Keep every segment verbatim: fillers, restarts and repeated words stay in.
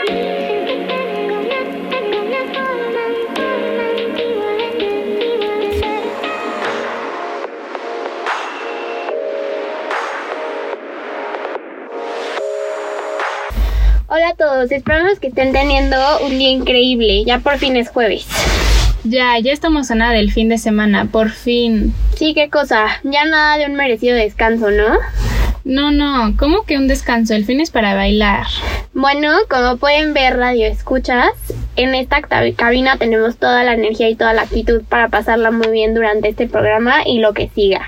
Hola a todos, esperamos que estén teniendo un día increíble, ya por fin es jueves. Ya, ya estamos a nada del fin de semana, por fin. Sí, qué cosa, ya nada de un merecido descanso, ¿no? No, no, ¿cómo que un descanso? El fin es para bailar. Bueno, como pueden ver, radio escuchas, en esta cabina tenemos toda la energía y toda la actitud para pasarla muy bien durante este programa y lo que siga.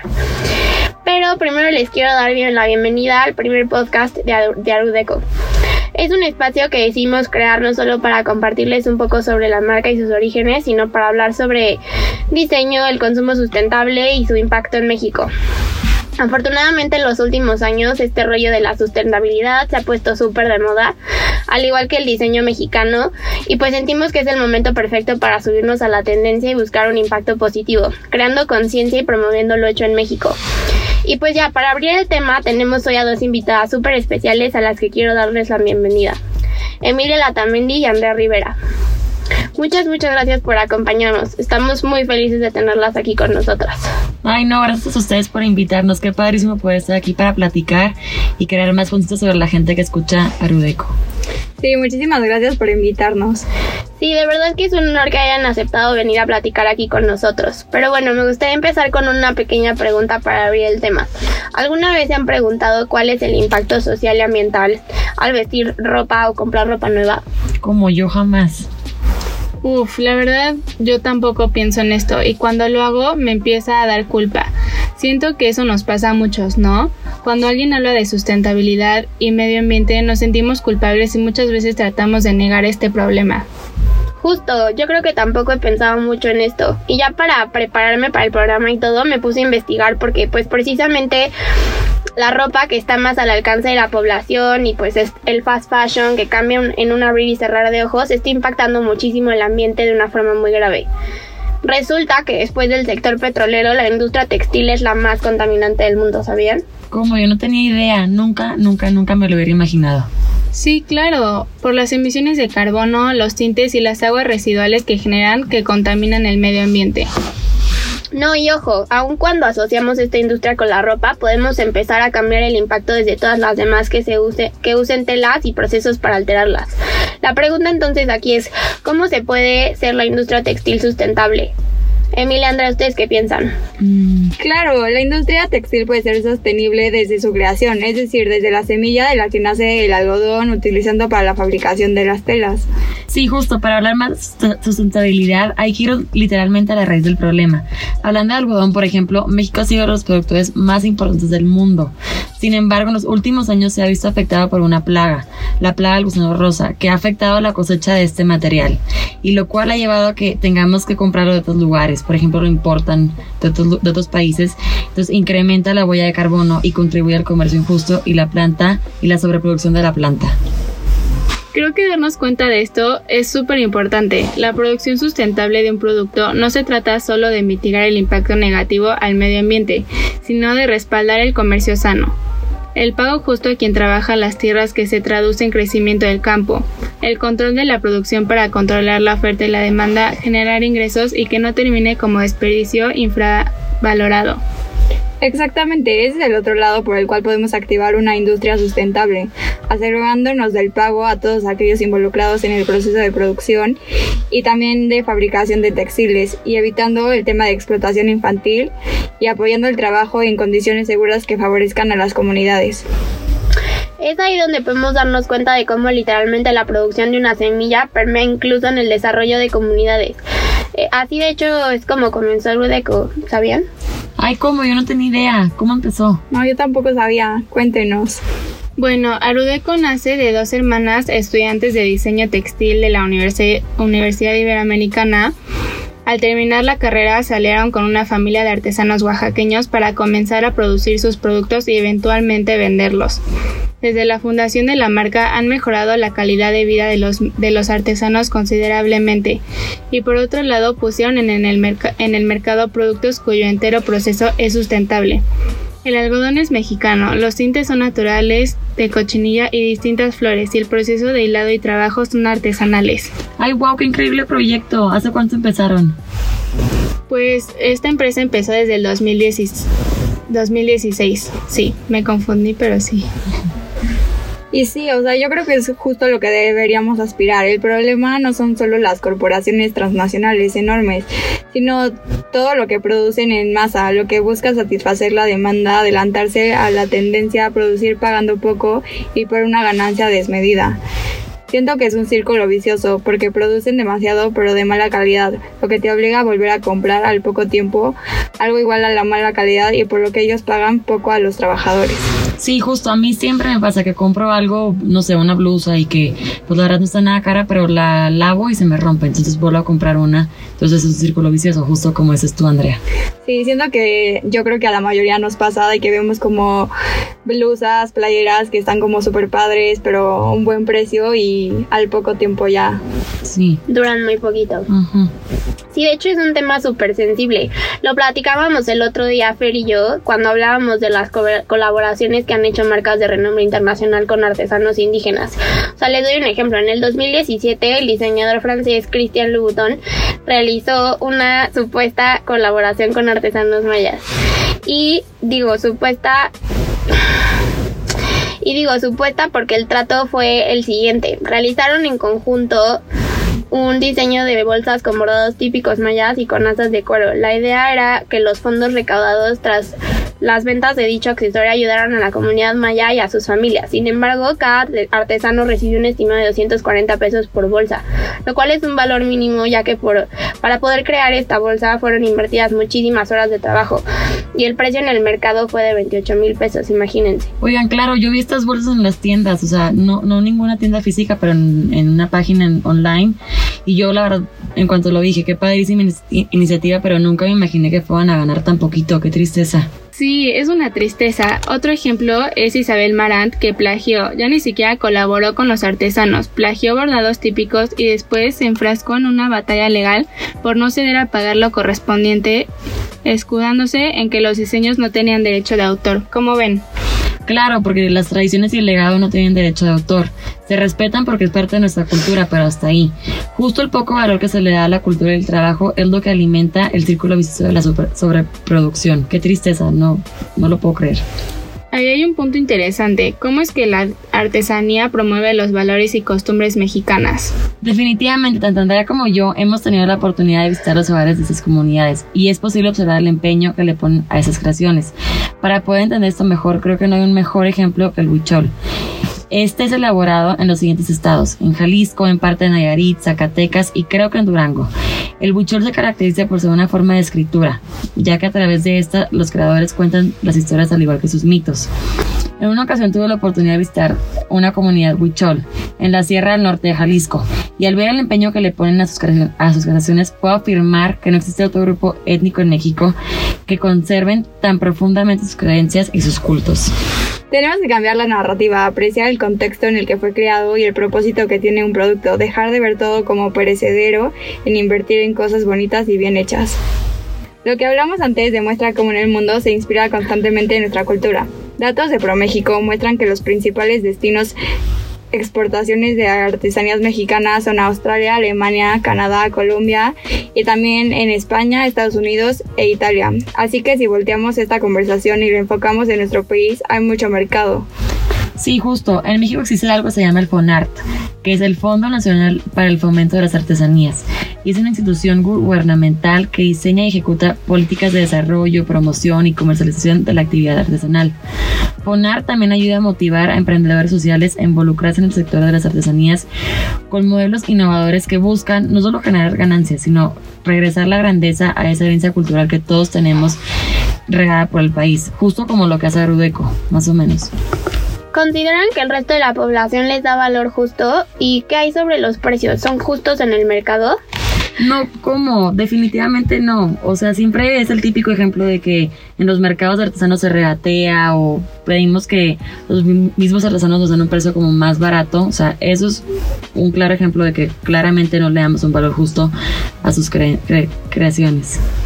Pero primero les quiero dar bien la bienvenida al primer podcast de, Ar- de Arudeco. Es un espacio que decidimos crear no solo para compartirles un poco sobre la marca y sus orígenes, sino para hablar sobre diseño, el consumo sustentable y su impacto en México. Afortunadamente en los últimos años este rollo de la sustentabilidad se ha puesto súper de moda, al igual que el diseño mexicano, y pues sentimos que es el momento perfecto para subirnos a la tendencia y buscar un impacto positivo, creando conciencia y promoviendo lo hecho en México. Y pues ya, para abrir el tema, tenemos hoy a dos invitadas súper especiales a las que quiero darles la bienvenida. Emilia Latamendi y Andrea Rivera. Muchas, muchas gracias por acompañarnos. Estamos muy felices de tenerlas aquí con nosotras. Ay, no, gracias a ustedes por invitarnos. Qué padrísimo poder estar aquí para platicar y crear más conciencia sobre la gente que escucha Arudeco. Sí, muchísimas gracias por invitarnos. Sí, de verdad que es un honor que hayan aceptado venir a platicar aquí con nosotros. Pero bueno, me gustaría empezar con una pequeña pregunta para abrir el tema. ¿Alguna vez se han preguntado cuál es el impacto social y ambiental al vestir ropa o comprar ropa nueva? Como yo jamás. Uf, la verdad yo tampoco pienso en esto y cuando lo hago me empieza a dar culpa. Siento que eso nos pasa a muchos, ¿no? Cuando alguien habla de sustentabilidad y medio ambiente nos sentimos culpables y muchas veces tratamos de negar este problema. Justo, yo creo que tampoco he pensado mucho en esto. Y ya para prepararme para el programa y todo me puse a investigar porque pues precisamente la ropa que está más al alcance de la población y pues es el fast fashion que cambia en un abrir y cerrar de ojos está impactando muchísimo el ambiente de una forma muy grave. Resulta que después del sector petrolero la industria textil es la más contaminante del mundo, ¿sabían? Como yo no tenía idea, nunca, nunca, nunca me lo hubiera imaginado. Sí, claro, por las emisiones de carbono, los tintes y las aguas residuales que generan que contaminan el medio ambiente. No, y ojo, aun cuando asociamos esta industria con la ropa, podemos empezar a cambiar el impacto desde todas las demás que se use, que usen telas y procesos para alterarlas. La pregunta entonces aquí es, ¿cómo se puede ser la industria textil sustentable? Emilia, Andrea, ¿ustedes qué piensan? Mm. Claro, la industria textil puede ser sostenible desde su creación, es decir, desde la semilla de la que nace el algodón, utilizando para la fabricación de las telas. Sí, justo, para hablar más de sustentabilidad hay que ir literalmente a la raíz del problema. Hablando de algodón, por ejemplo, México ha sido uno de los productores más importantes del mundo. Sin embargo, en los últimos años se ha visto afectado por una plaga, la plaga del gusano rosa, que ha afectado la cosecha de este material, y lo cual ha llevado a que tengamos que comprarlo de otros lugares. Por ejemplo, lo importan de otros, de otros países, entonces incrementa la huella de carbono y contribuye al comercio injusto y la planta y la sobreproducción de la planta. Creo que darnos cuenta de esto es súper importante. La producción sustentable de un producto no se trata solo de mitigar el impacto negativo al medio ambiente, sino de respaldar el comercio sano. El pago justo a quien trabaja las tierras, que se traduce en crecimiento del campo, el control de la producción para controlar la oferta y la demanda, generar ingresos y que no termine como desperdicio infravalorado. Exactamente, ese es el otro lado por el cual podemos activar una industria sustentable, asegurándonos del pago a todos aquellos involucrados en el proceso de producción y también de fabricación de textiles, y evitando el tema de explotación infantil y apoyando el trabajo en condiciones seguras que favorezcan a las comunidades. Es ahí donde podemos darnos cuenta de cómo literalmente la producción de una semilla permea incluso en el desarrollo de comunidades. Eh, así de hecho es como comenzó Arudeco, ¿sabían? Ay, ¿cómo? Yo no tenía idea. ¿Cómo empezó? No, yo tampoco sabía. Cuéntenos. Bueno, Arudeco nace de dos hermanas estudiantes de diseño textil de la Universi- Universidad Iberoamericana. Al terminar la carrera salieron con una familia de artesanos oaxaqueños para comenzar a producir sus productos y eventualmente venderlos. Desde la fundación de la marca han mejorado la calidad de vida de los, de los artesanos considerablemente, y por otro lado pusieron en el, merc- en el mercado productos cuyo entero proceso es sustentable. El algodón es mexicano, los tintes son naturales de cochinilla y distintas flores y el proceso de hilado y trabajo son artesanales. ¡Ay, wow! ¡Qué increíble proyecto! ¿Hace cuánto empezaron? Pues esta empresa empezó desde el dos mil dieciséis. Sí, me confundí, pero sí. Y sí, o sea, yo creo que es justo lo que deberíamos aspirar. El problema no son solo las corporaciones transnacionales enormes, sino todo lo que producen en masa, lo que busca satisfacer la demanda, adelantarse a la tendencia a producir pagando poco y por una ganancia desmedida. Siento que es un círculo vicioso porque producen demasiado pero de mala calidad, lo que te obliga a volver a comprar al poco tiempo algo igual a la mala calidad y por lo que ellos pagan poco a los trabajadores. Sí, justo, a mí siempre me pasa que compro algo, no sé, una blusa y que pues la verdad no está nada cara, pero la lavo y se me rompe, entonces vuelvo a comprar una, entonces es un círculo vicioso, justo como dices tú, Andrea. Sí, siento que yo creo que a la mayoría nos pasa de que vemos como blusas, playeras que están como súper padres, pero a un buen precio y al poco tiempo ya. Sí. Duran muy poquito. Uh-huh. Sí, de hecho es un tema súper sensible. Lo platicábamos el otro día, Fer y yo, cuando hablábamos de las co- colaboraciones que han hecho marcas de renombre internacional con artesanos indígenas. O sea, les doy un ejemplo. En el dos mil diecisiete, el diseñador francés Christian Louboutin realizó una supuesta colaboración con artesanos mayas. Y digo, supuesta... Y digo supuesta porque el trato fue el siguiente. Realizaron en conjunto un diseño de bolsas con bordados típicos mayas y con asas de cuero. La idea era que los fondos recaudados tras las ventas de dicho accesorio ayudaran a la comunidad maya y a sus familias. Sin embargo, cada artesano recibió un estimado de doscientos cuarenta pesos por bolsa, lo cual es un valor mínimo ya que por, para poder crear esta bolsa fueron invertidas muchísimas horas de trabajo y el precio en el mercado fue de veintiocho mil pesos, imagínense. Oigan, claro, yo vi estas bolsas en las tiendas, o sea, no, no ninguna tienda física, pero en, en una página en, online, y yo la verdad, en cuanto lo dije, qué padrísima in- iniciativa, pero nunca me imaginé que fueran a ganar tan poquito, qué tristeza. Sí, es una tristeza. Otro ejemplo es Isabel Marant, que plagió, ya ni siquiera colaboró con los artesanos, plagió bordados típicos y después se enfrascó en una batalla legal por no ceder a pagar lo correspondiente, escudándose en que los diseños no tenían derecho de autor. ¿Cómo ven? Claro, porque las tradiciones y el legado no tienen derecho de autor. Se respetan porque es parte de nuestra cultura, pero hasta ahí. Justo el poco valor que se le da a la cultura y el trabajo es lo que alimenta el círculo vicioso de la super- sobreproducción. Qué tristeza, no, no lo puedo creer. Ahí hay un punto interesante. ¿Cómo es que la artesanía promueve los valores y costumbres mexicanas? Definitivamente, tanto Andrea como yo hemos tenido la oportunidad de visitar los hogares de esas comunidades y es posible observar el empeño que le ponen a esas creaciones. Para poder entender esto mejor, creo que no hay un mejor ejemplo que el huichol. Este es elaborado en los siguientes estados: en Jalisco, en parte de Nayarit, Zacatecas y creo que en Durango. El huichol se caracteriza por ser una forma de escritura, ya que a través de esta los creadores cuentan las historias al igual que sus mitos. En una ocasión tuve la oportunidad de visitar una comunidad huichol en la Sierra del Norte de Jalisco y al ver el empeño que le ponen a sus, creaciones, a sus creaciones puedo afirmar que no existe otro grupo étnico en México que conserven tan profundamente sus creencias y sus cultos. Tenemos que cambiar la narrativa, apreciar el contexto en el que fue creado y el propósito que tiene un producto, dejar de ver todo como perecedero en invertir en cosas bonitas y bien hechas. Lo que hablamos antes demuestra cómo en el mundo se inspira constantemente en nuestra cultura. Datos de ProMéxico muestran que los principales destinos exportaciones de artesanías mexicanas son Australia, Alemania, Canadá, Colombia y también en España, Estados Unidos e Italia. Así que si volteamos esta conversación y lo enfocamos en nuestro país, hay mucho mercado. Sí, justo. En México existe algo que se llama el FONART, que es el Fondo Nacional para el Fomento de las Artesanías. Y es una institución gubernamental que diseña y ejecuta políticas de desarrollo, promoción y comercialización de la actividad artesanal. FONART también ayuda a motivar a emprendedores sociales a involucrarse en el sector de las artesanías con modelos innovadores que buscan no solo generar ganancias, sino regresar la grandeza a esa herencia cultural que todos tenemos regada por el país, justo como lo que hace Rudeco, más o menos. ¿Consideran que el resto de la población les da valor justo? ¿Y qué hay sobre los precios? ¿Son justos en el mercado? No, ¿cómo? Definitivamente no. O sea, siempre es el típico ejemplo de que en los mercados de artesanos se regatea o pedimos que los mismos artesanos nos den un precio como más barato. O sea, eso es un claro ejemplo de que claramente no le damos un valor justo a sus cre- cre- creaciones.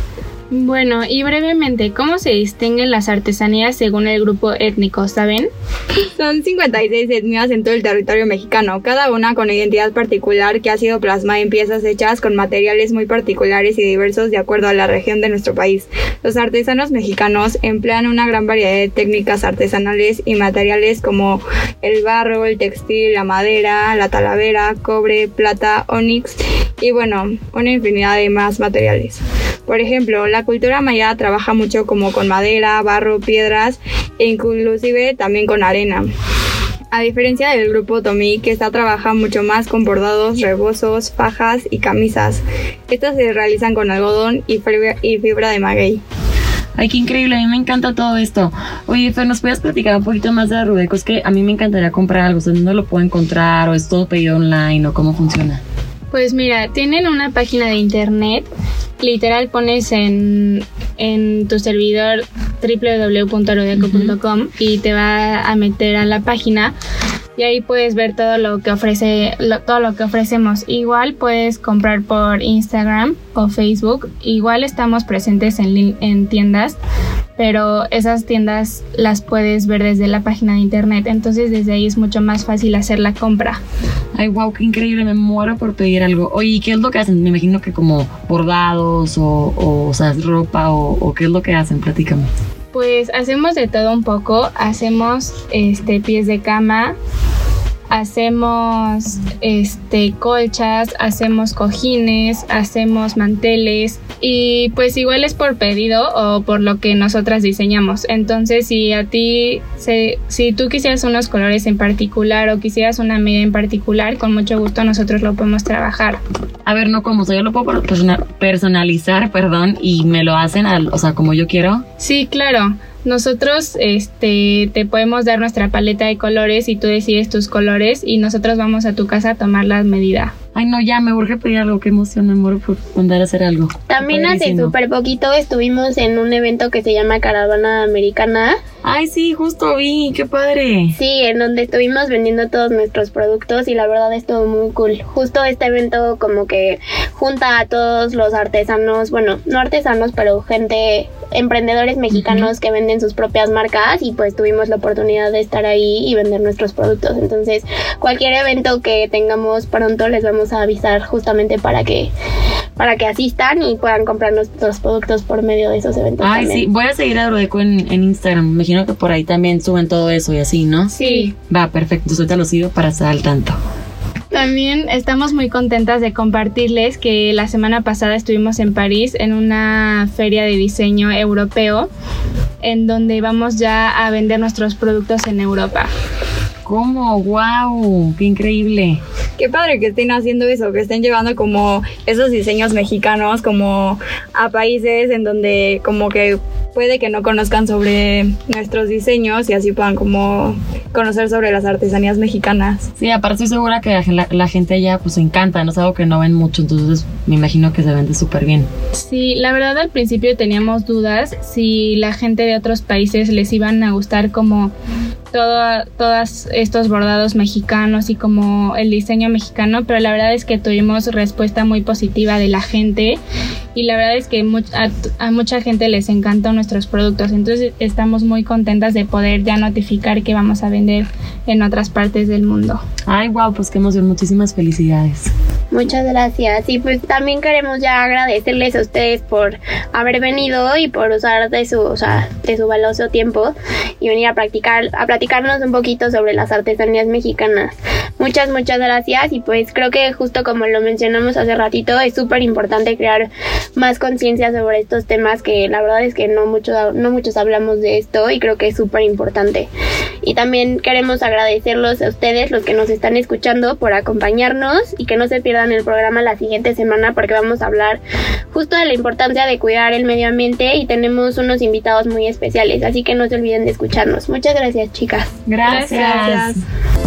Bueno, y brevemente, ¿cómo se distinguen las artesanías según el grupo étnico, saben? Son cincuenta y seis etnias en todo el territorio mexicano, cada una con identidad particular que ha sido plasmada en piezas hechas con materiales muy particulares y diversos de acuerdo a la región de nuestro país. Los artesanos mexicanos emplean una gran variedad de técnicas artesanales y materiales como el barro, el textil, la madera, la talavera, cobre, plata, ónix y bueno, una infinidad de más materiales. Por ejemplo, la cultura maya trabaja mucho como con madera, barro, piedras e inclusive también con arena. A diferencia del grupo otomí, que está trabaja mucho más con bordados, rebozos, fajas y camisas. Estas se realizan con algodón y fibra, y fibra de maguey. Ay, qué increíble, a mí me encanta todo esto. Oye, Fer, ¿nos puedes platicar un poquito más de la Rudeco? Es que a mí me encantaría comprar algo, o sea, ¿dónde lo puedo encontrar? ¿O es todo pedido online? ¿O cómo funciona? Pues mira, tienen una página de internet, literal pones en, en tu servidor doble u doble u doble u punto rudeco punto com uh-huh. y te va a meter a la página y ahí puedes ver todo lo que ofrece lo, todo lo que ofrecemos. Igual puedes comprar por Instagram o Facebook, igual estamos presentes en, en tiendas, pero esas tiendas las puedes ver desde la página de internet, entonces desde ahí es mucho más fácil hacer la compra. Ay, wow, qué increíble, me muero por pedir algo. Oye, ¿qué es lo que hacen? Me imagino que como bordados o, o, o sea, ropa o, o ¿qué es lo que hacen? Platícame. Pues hacemos de todo un poco, hacemos este pies de cama, hacemos este colchas, hacemos cojines, hacemos manteles y pues igual es por pedido o por lo que nosotras diseñamos. Entonces si a ti, se, si tú quisieras unos colores en particular o quisieras una medida en particular, con mucho gusto nosotros lo podemos trabajar. A ver, no como, o sea, yo lo puedo personalizar, perdón, y me lo hacen, al, o sea, como yo quiero. Sí, claro. Nosotros este, te podemos dar nuestra paleta de colores y tú decides tus colores y nosotros vamos a tu casa a tomar la medida. Ay, no, ya, me urge pedir algo, qué emoción, me muero por mandar a hacer algo. También hace súper poquito estuvimos en un evento que se llama Caravana Americana. Ay, sí, justo vi, qué padre. Sí, en donde estuvimos vendiendo todos nuestros productos y la verdad estuvo muy cool. Justo este evento como que junta a todos los artesanos, bueno, no artesanos, pero gente, emprendedores mexicanos uh-huh. que venden sus propias marcas y pues tuvimos la oportunidad de estar ahí y vender nuestros productos. Entonces, cualquier evento que tengamos pronto les vamos a avisar justamente para que para que asistan y puedan comprar nuestros productos por medio de esos eventos. Ay, también. Sí, voy a seguir a Rudeco en, en Instagram. Me imagino que por ahí también suben todo eso y así, ¿no? Sí. Va, perfecto. Entonces ahorita lo sigo para estar al tanto. También estamos muy contentas de compartirles que la semana pasada estuvimos en París en una feria de diseño europeo en donde vamos ya a vender nuestros productos en Europa. ¿Cómo? ¡Wow! ¡Qué increíble! Qué padre que estén haciendo eso, que estén llevando como esos diseños mexicanos como a países en donde como que puede que no conozcan sobre nuestros diseños y así puedan como conocer sobre las artesanías mexicanas. Sí, aparte estoy segura que la, la gente allá pues encanta, no es algo que no ven mucho, entonces me imagino que se vende súper bien. Sí, la verdad al principio teníamos dudas si la gente de otros países les iban a gustar como todo, todos estos bordados mexicanos y como el diseño mexicano, pero la verdad es que tuvimos respuesta muy positiva de la gente y la verdad es que a, a mucha gente les encantan nuestros productos, entonces estamos muy contentas de poder ya notificar que vamos a vender en otras partes del mundo. Ay, wow, pues qué emoción, muchísimas felicidades. Muchas gracias y pues también queremos ya agradecerles a ustedes por haber venido y por usar de su, o sea, de su valioso tiempo y venir a practicar, a platicarnos un poquito sobre las artesanías mexicanas. Muchas, muchas gracias y pues creo que justo como lo mencionamos hace ratito es súper importante crear más conciencia sobre estos temas que la verdad es que no, mucho, no muchos hablamos de esto y creo que es súper importante. Y también queremos agradecerlos a ustedes, los que nos están escuchando, por acompañarnos y que no se pierdan el programa la siguiente semana porque vamos a hablar justo de la importancia de cuidar el medio ambiente y tenemos unos invitados muy especiales, así que no se olviden de escucharnos. Muchas gracias, chicas. Gracias. Gracias.